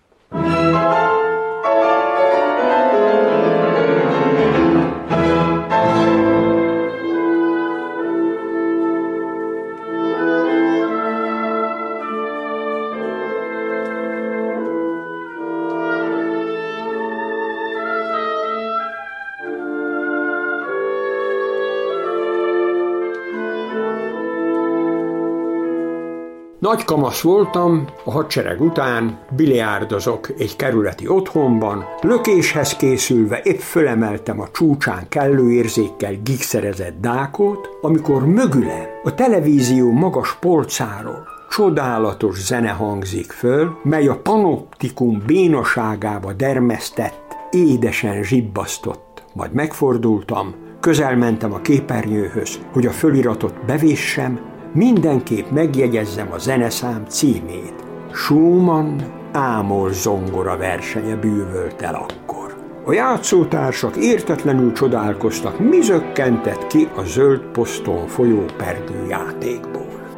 Nagy kamasz voltam, a hadsereg után biliárdozok egy kerületi otthonban, lökéshez készülve épp fölemeltem a csúcsán kellő érzékkel gigszerezett dákot, amikor mögülem a televízió magas polcáról csodálatos zene hangzik föl, mely a panoptikum bénaságába dermesztett, édesen zsibbasztott. Majd megfordultam, közelmentem a képernyőhöz, hogy a föliratot bevéssem, mindenképp megjegyezzem a zeneszám címét. Schumann ámol zongora versenye bűvölt el akkor. A játszótársak értetlenül csodálkoztak, mi zökkentett ki a zöld poszton folyó perdő játékból.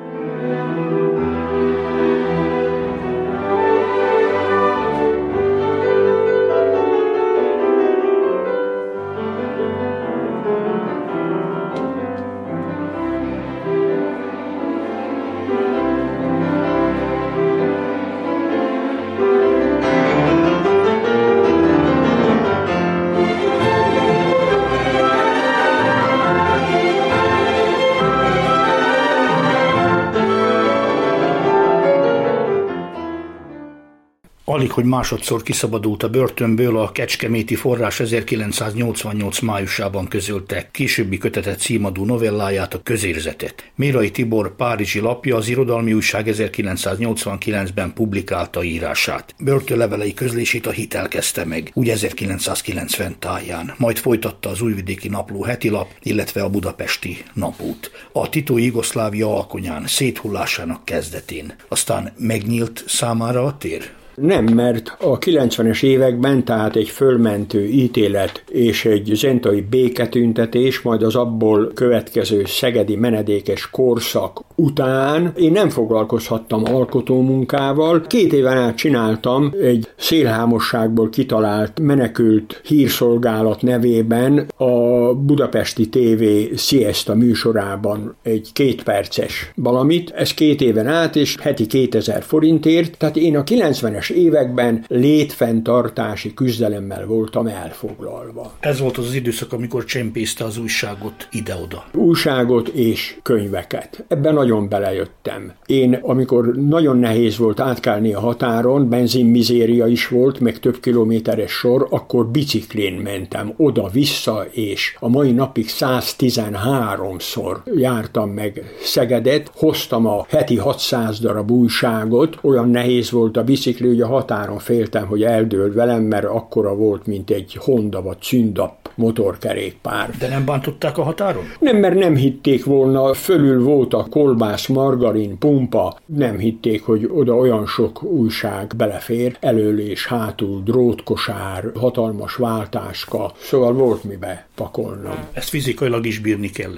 Alig, hogy másodszor kiszabadult a börtönből, a Kecskeméti Forrás ezerkilencszáznyolcvannyolc májusában közölte későbbi kötetet címadú novelláját, a Közérzetet. Méray Tibor párizsi lapja az Irodalmi Újság ezerkilencszáznyolcvankilencben publikálta írását. Börtönlevelei közlését a Hit elkezdte meg, úgy ezerkilencszázkilencven táján, majd folytatta az Újvidéki Napló hetilap, illetve a Budapesti Napút. A titói Jugoszlávia alkonyán, széthullásának kezdetén. Aztán megnyílt számára a tér? Nem, mert a kilencvenes években, tehát egy fölmentő ítélet és egy zentai béketüntetés, majd az abból következő szegedi menedékes korszak után én nem foglalkozhattam alkotómunkával. Két éven át csináltam egy szélhámosságból kitalált menekült hírszolgálat nevében a budapesti tévé Siesta műsorában egy kétperces valamit. Ez két éven át, és heti kétezer forintért, tehát én a kilencvenes években létfenntartási küzdelemmel voltam elfoglalva. Ez volt az, az időszak, amikor csempészte az újságot ide-oda. Újságot és könyveket. Ebben nagyon belejöttem. Én, amikor nagyon nehéz volt átkelni a határon, benzinmizéria is volt, meg több kilométeres sor, akkor biciklén mentem oda-vissza, és a mai napig száztizenháromszor jártam meg Szegedet, hoztam a heti hatszáz darab újságot, olyan nehéz volt a bicikli, hogy a határon féltem, hogy eldől velem, mert akkora volt, mint egy Honda vagy Cündap motorkerékpár. De nem bántották a határon? Nem, mert nem hitték volna, fölül volt a kolbász, margarin, pumpa, nem hitték, hogy oda olyan sok újság belefér, elől és hátul drótkosár, hatalmas váltáska, szóval volt mibe pakolnom. Ezt fizikailag is bírni kellett.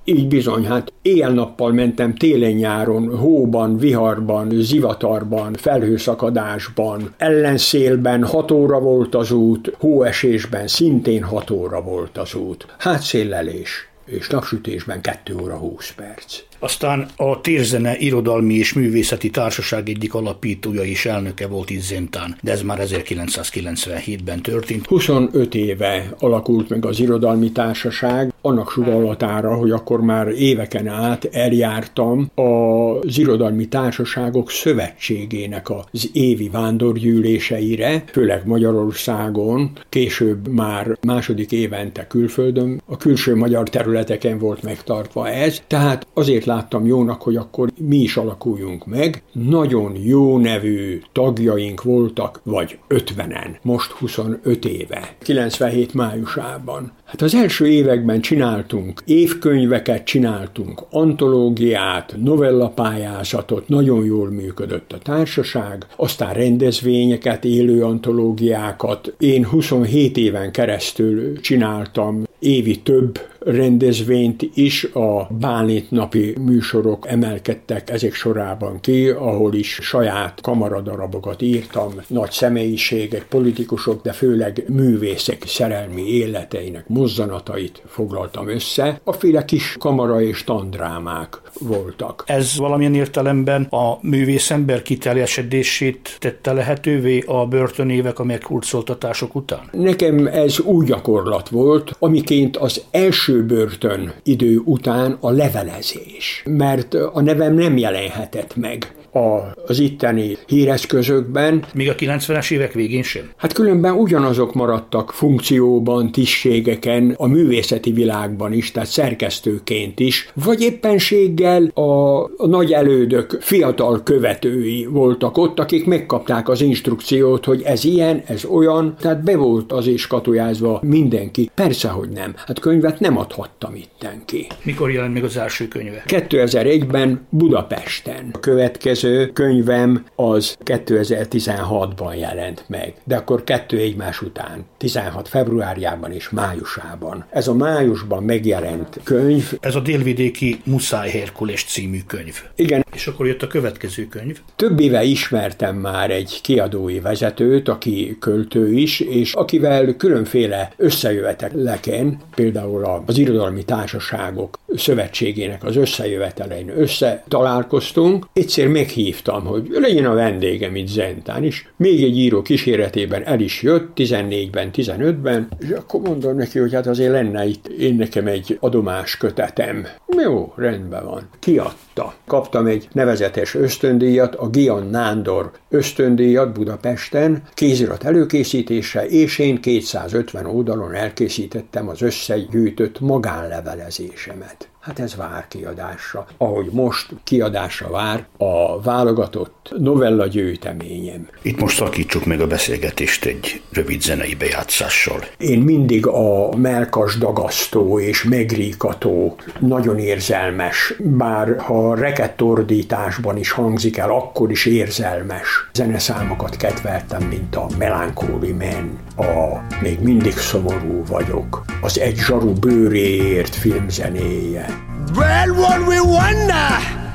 Így bizony, hát éjjel-nappal mentem télen-nyáron, hóban, viharban, zivatarban, felhőszakadásban, ellenszélben hat óra volt az út, hóesésben szintén hat óra volt az út. Hátszéllelés és napsütésben kettő óra húsz perc. Aztán a Térzene Irodalmi és Művészeti Társaság egyik alapítója és elnöke volt itt Zentán, de ez már ezerkilencszázkilencvenhétben történt. huszonöt éve alakult meg az Irodalmi Társaság, annak sugallatára, hogy akkor már éveken át eljártam az Irodalmi Társaságok Szövetségének az évi vándorgyűléseire, főleg Magyarországon, később már második évente külföldön, a külső magyar területeken volt megtartva ez, tehát azért láttam jónak, hogy akkor mi is alakuljunk meg. Nagyon jó nevű tagjaink voltak, vagy ötvenen, most huszonöt éve, kilencvenhét májusában. Hát az első években csináltunk évkönyveket, csináltunk antológiát, novellapályázatot, nagyon jól működött a társaság, aztán rendezvényeket, élő antológiákat. Én huszonhét éven keresztül csináltam évi több rendezvényt is, a Bálint napi műsorok emelkedtek ezek sorában ki, ahol is saját kamaradarabokat írtam, nagy személyiségek, politikusok, de főleg művészek szerelmi életeinek mozzanatait foglaltam össze. A féle kis kamara és tandrámák voltak. Ez valamilyen értelemben a művészember kiteljesedését tette lehetővé a börtönévek, a meghurcoltatások után? Nekem ez új gyakorlat volt, amiként az első börtön idő után a levelezés, mert a nevem nem jelenhetett meg a, az itteni híreszközökben. Még a kilencvenes évek végén sem? Hát különben ugyanazok maradtak funkcióban, tisztségeken, a művészeti világban is, tehát szerkesztőként is, vagy éppenséggel a, a nagy elődök fiatal követői voltak ott, akik megkapták az instrukciót, hogy ez ilyen, ez olyan, tehát be volt az is katujázva mindenki. Persze, hogy nem. Hát könyvet nem adhattam itten ki. Mikor jelent meg az első könyve? kétezer-egyben Budapesten. A következő könyvem az kétezer-tizenhatban jelent meg, de akkor kettő egymás után, tizenhat februárjában és májusában. Ez a májusban megjelent könyv. Ez a Délvidéki Muszáj Herkules című könyv. Igen. És akkor jött a következő könyv. Több éve ismertem már egy kiadói vezetőt, aki költő is, és akivel különféle összejöveteleken, például az Irodalmi Társaságok Szövetségének az összejövetelein összetalálkoztunk. Egyszer meghívtam, hogy legyen a vendégem itt Zentán is. Még egy író kíséretében el is jött, tizennégyben, tizenötben, és akkor mondom neki, hogy hát azért lenne itt én nekem egy adomás kötetem. Jó, rendben van. Kiadta. Kaptam egy nevezetes ösztöndíjat, a Gian Nándor ösztöndíjat Budapesten, kézirat előkészítése, és én kétszázötven oldalon elkészítettem az összegyűjtött magánlevelezésemet. Hát ez vár kiadásra, ahogy most kiadásra vár a válogatott novella gyűjteményem. Itt most szakítsuk meg a beszélgetést egy rövid zenei bejátszással. Én mindig a mellkas dagasztó és megríkató, nagyon érzelmes, bár ha rekettordításban is hangzik el, akkor is érzelmes zeneszámokat kedveltem, mint a Melancholy Man, a Még mindig szomorú vagyok, az Egy zsaru bőréért filmzenéje. Well, what we wonder,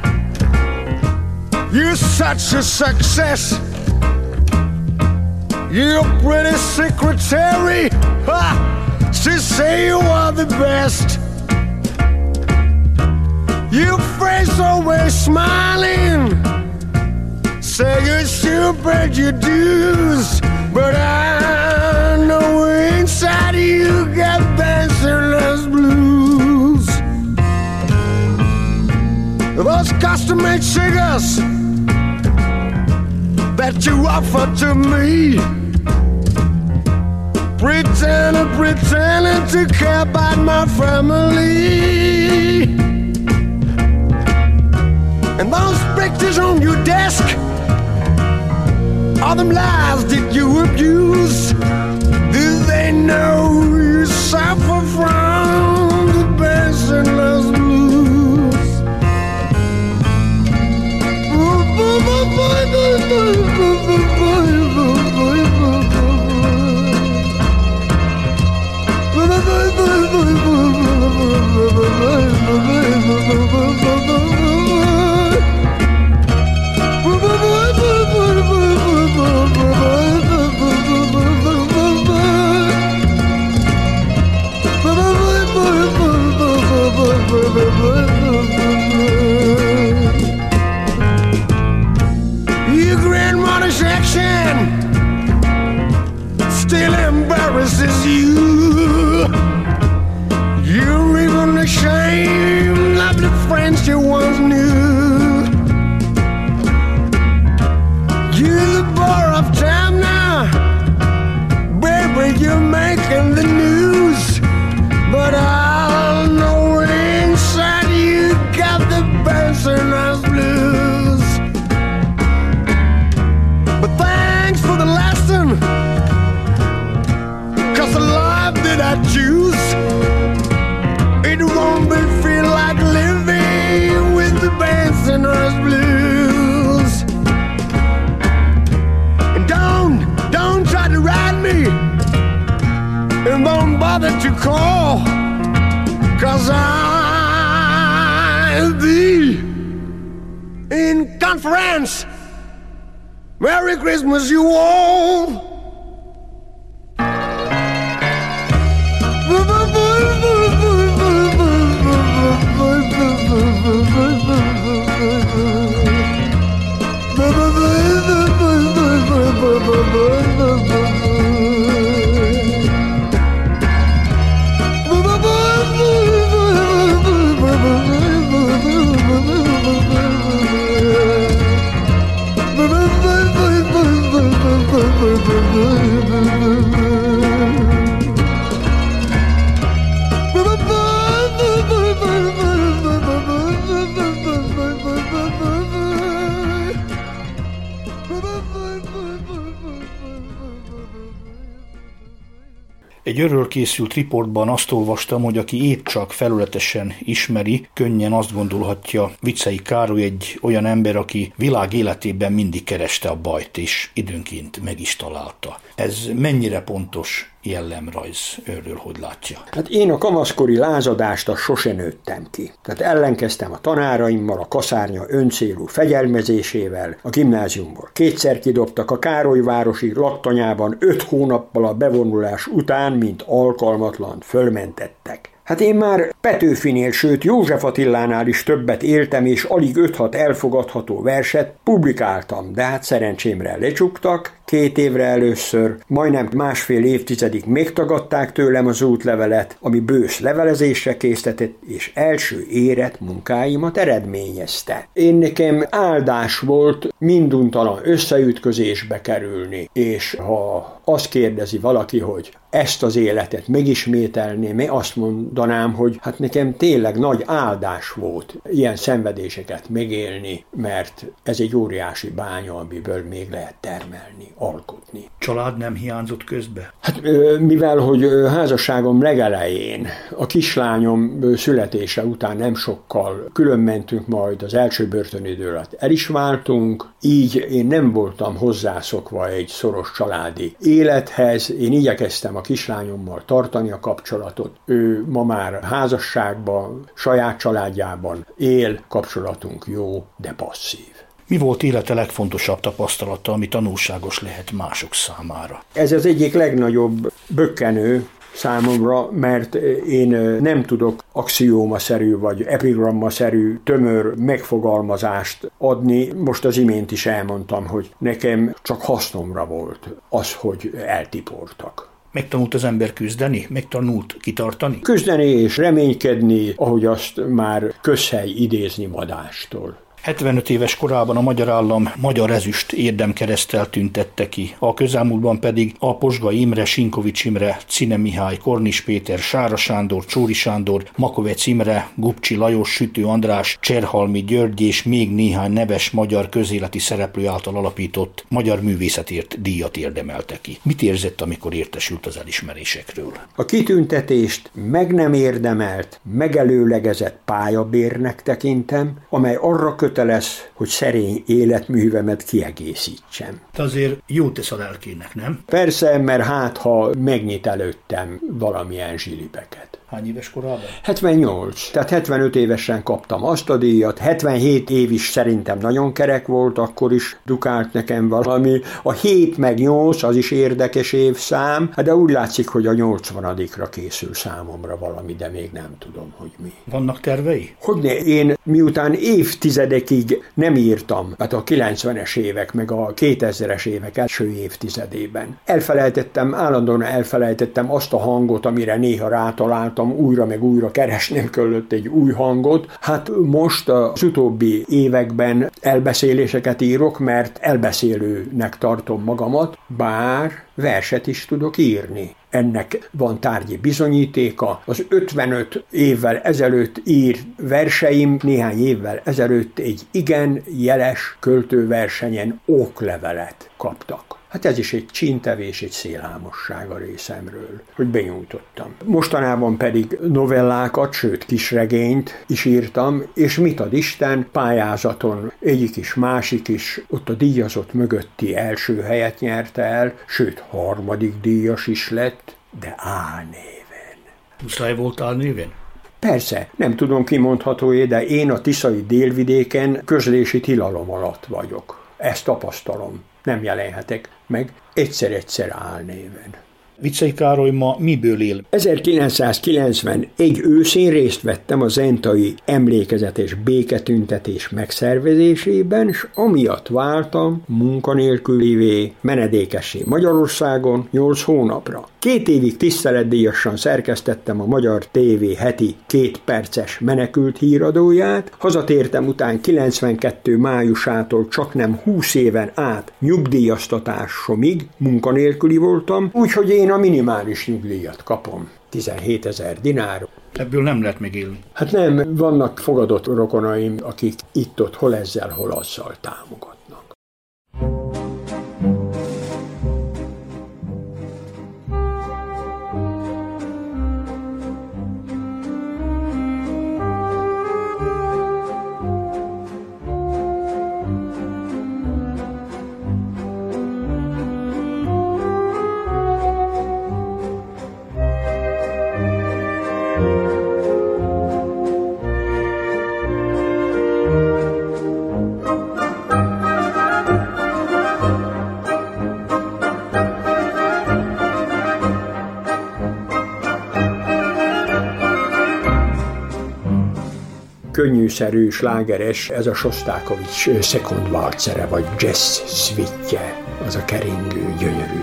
you're such a success. Your pretty secretary, ha, she say you are the best. Your face always smiling, say you should pay your dues, but I know inside you got bachelor's blues. Those custom-made cigars that you offer to me, pretending, pretending to care about my family. And those pictures on your desk, all them lies that you abuse, do they know you suffer from the bachelor's blues? Your grandmother's action still embarrasses you. You're even ashamed of the friends you once knew. You're the bore of time now, baby, you're making the news. But I know inside you got the Bensonhurst blues. But thanks for the lesson, 'cause the life that I choose, it won't be feel like living with the Bensonhurst blues. And don't, don't try to ride me, and don't bother to call, 'cause I'll be in conference. Merry Christmas, you all. Egy örről készült riportban azt olvastam, hogy aki épp csak felületesen ismeri, könnyen azt gondolhatja, Vicsei Károly egy olyan ember, aki világ életében mindig kereste a bajt, és időnként meg is találta. Ez mennyire pontos jellemrajz, őről hogy látja? Hát én a kamaszkori lázadást azt sose nőttem ki. Tehát ellenkeztem a tanáraimmal, a kaszárnya öncélú fegyelmezésével, a gimnáziumból kétszer kidobtak, a Károlyvárosi laktanyában öt hónappal a bevonulás után, mint alkalmatlan fölmentettek. Hát én már Petőfinél, sőt József Attilánál is többet éltem, és alig öt-hat elfogadható verset publikáltam, de hát szerencsémre lecsuktak, két évre először, majdnem másfél évtizedig megtagadták tőlem az útlevelet, ami bősz levelezésre késztetett, és első érett munkáimat eredményezte. Én nekem áldás volt minduntalan összeütközésbe kerülni, és ha azt kérdezi valaki, hogy ezt az életet megismételném, én azt mondanám, hogy hát nekem tényleg nagy áldás volt ilyen szenvedéseket megélni, mert ez egy óriási bánya, amiből még lehet termelni, alkotni. Család nem hiányzott közbe? Hát mivel, hogy házasságom legelején, a kislányom születése után nem sokkal külön mentünk, majd az első börtönidő alatt el is váltunk, így én nem voltam hozzászokva egy szoros családi élethez, én igyekeztem a kislányommal tartani a kapcsolatot. Ő ma már házasságban, saját családjában él, kapcsolatunk jó, de passzív. Mi volt élete legfontosabb tapasztalata, ami tanulságos lehet mások számára? Ez az egyik legnagyobb bökkenő számomra, mert én nem tudok axiómaszerű vagy epigrammaszerű tömör megfogalmazást adni. Most az imént is elmondtam, hogy nekem csak hasznomra volt az, hogy eltiportak. Megtanult az ember küzdeni? Megtanult kitartani? Küzdeni és reménykedni, ahogy azt már közhely idézni Madástól. hetvenöt éves korában a magyar állam Magyar Ezüst érdemkereszttel tüntette ki, a közelmúltban pedig a Posgai Imre, Sinkovics Imre, Czine Mihály, Kornis Péter, Sára Sándor, Csóri Sándor, Makovec Imre, Gubcsi Lajos, Sütő András, Cserhalmi György és még néhány neves magyar közéleti szereplő által alapított magyar művészetért díjat érdemelte ki. Mit érzett, amikor értesült az elismerésekről? A kitüntetést meg nem érdemelt, megelőlegezett pályabérnek tekintem, amely arra köt lesz, hogy szerény életművemet kiegészítsem. Te azért jót tesz a lelkének, nem? Persze, mert hát ha megnyit előttem valamilyen zsilibeket. Hány éves korában? hetvennyolc. Tehát hetvenöt évesen kaptam azt a díjat, hetvenhét év is szerintem nagyon kerek volt, akkor is dukált nekem valami. A hét meg nyolc, az is érdekes évszám, de úgy látszik, hogy a nyolcvanadikra készül számomra valami, de még nem tudom, hogy mi. Vannak tervei? Hogyne, én miután évtizedekig nem írtam, hát a kilencvenes évek, meg a kétezres évek első évtizedében. Elfelejtettem, állandóan elfelejtettem azt a hangot, amire néha rátaláltam, újra meg újra keresnem kellett egy új hangot. Hát most az utóbbi években elbeszéléseket írok, mert elbeszélőnek tartom magamat, bár verset is tudok írni. Ennek van tárgyi bizonyítéka. Az ötvenöt évvel ezelőtt írt verseim néhány évvel ezelőtt egy igen jeles költőversenyen oklevelet kaptak. Hát ez is egy csíntevés, egy szélhámosság a részemről, hogy benyújtottam. Mostanában pedig novellákat, sőt kisregényt is írtam, és mit ad Isten, pályázaton egyik is, másik is, ott a díjazott mögötti első helyet nyerte el, sőt harmadik díjas is lett, de álnéven. Muszáj volt álnéven? Persze, nem tudom kimondható, de én a tiszai délvidéken közlési tilalom alatt vagyok. Ezt tapasztalom. Nem jelenhetek meg egyszer-egyszer álnéven. Vicsay Károly ma miből él? ezerkilencszázkilencvenegy őszén részt vettem a zentai emlékezetes béketüntetés megszervezésében, és amiatt váltam munkanélkülivé, menedékessé Magyarországon nyolc hónapra. Két évig tiszteletdíjasan szerkesztettem a Magyar té vé heti két perces menekült híradóját, hazatértem után kilencvenkettő májusától csaknem húsz éven át nyugdíjaztatásomig munkanélküli voltam, úgyhogy én a minimális nyugdíjat kapom, tizenhétezer dinár. Ebből nem lehet megélni. Hát nem, vannak fogadott rokonaim, akik itt-ott hol ezzel, hol azzal támogatnak. Könnyűszerű, slágeres, ez a Sosztákovics Second Waltzere, vagy jazz suite-je, az a keringő, gyönyörű.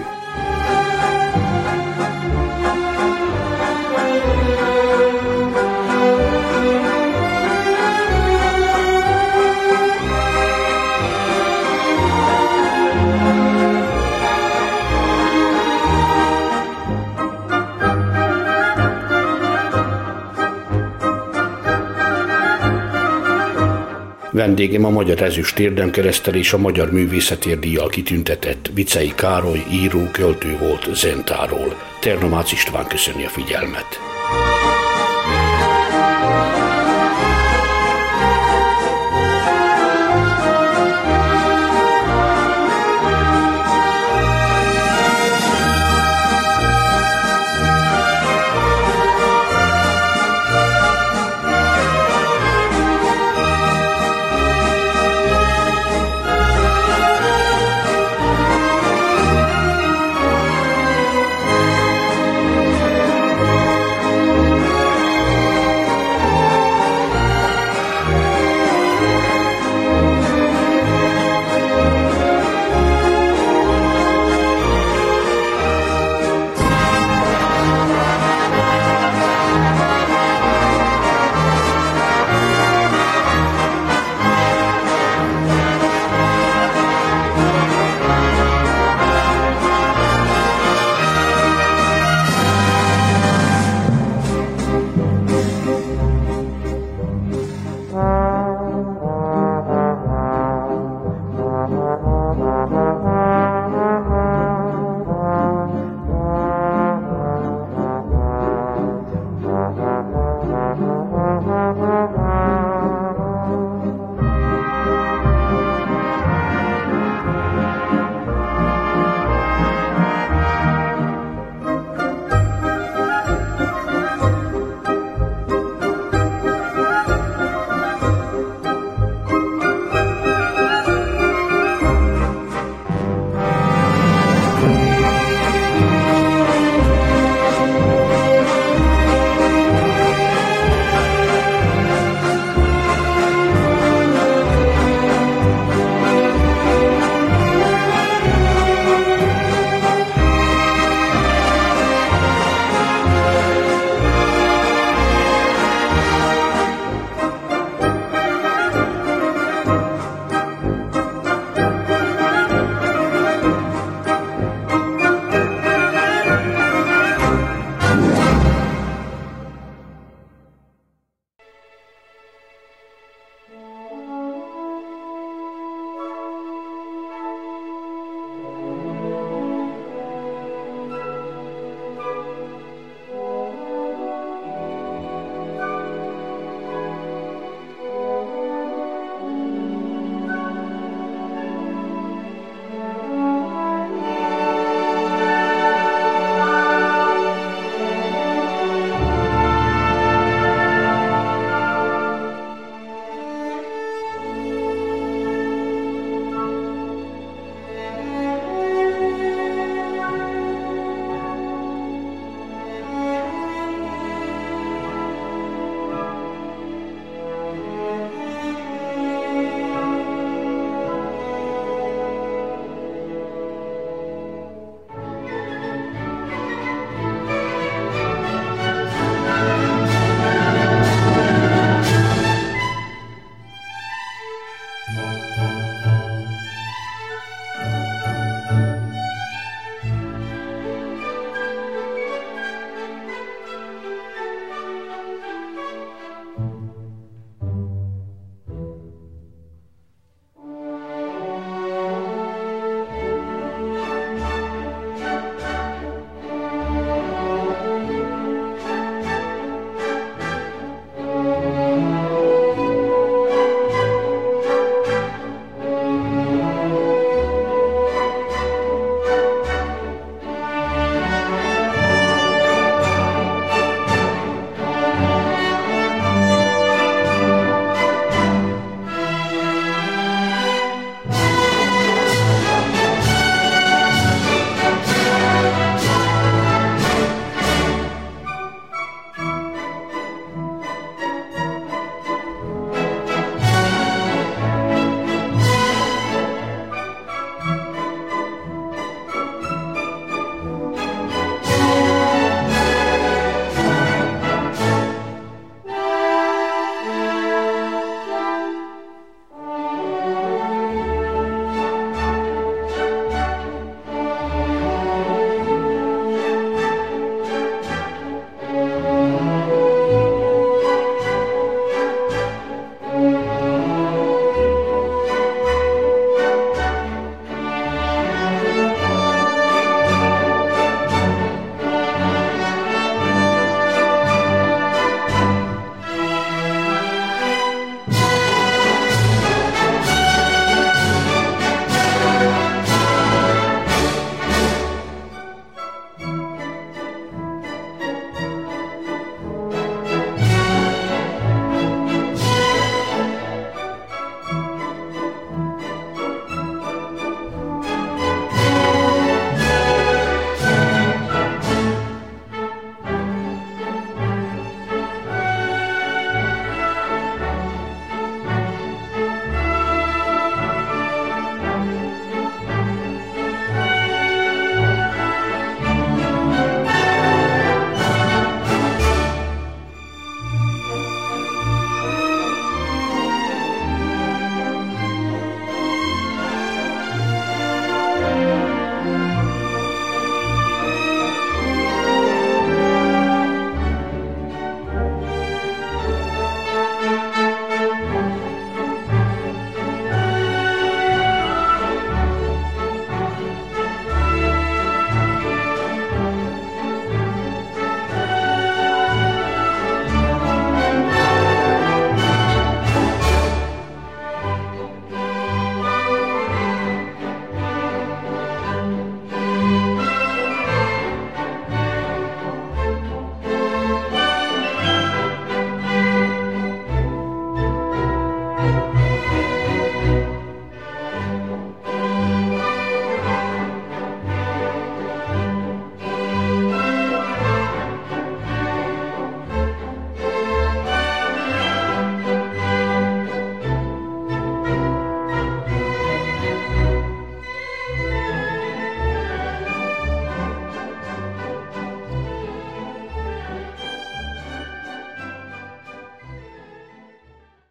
Vendégem a Magyar Ezüst Érdemkereszttel és a Magyar Művészetért-díjjal kitüntetett Vicsay Károly író, költő volt Zentáról. Ternomácz István köszöni a figyelmet.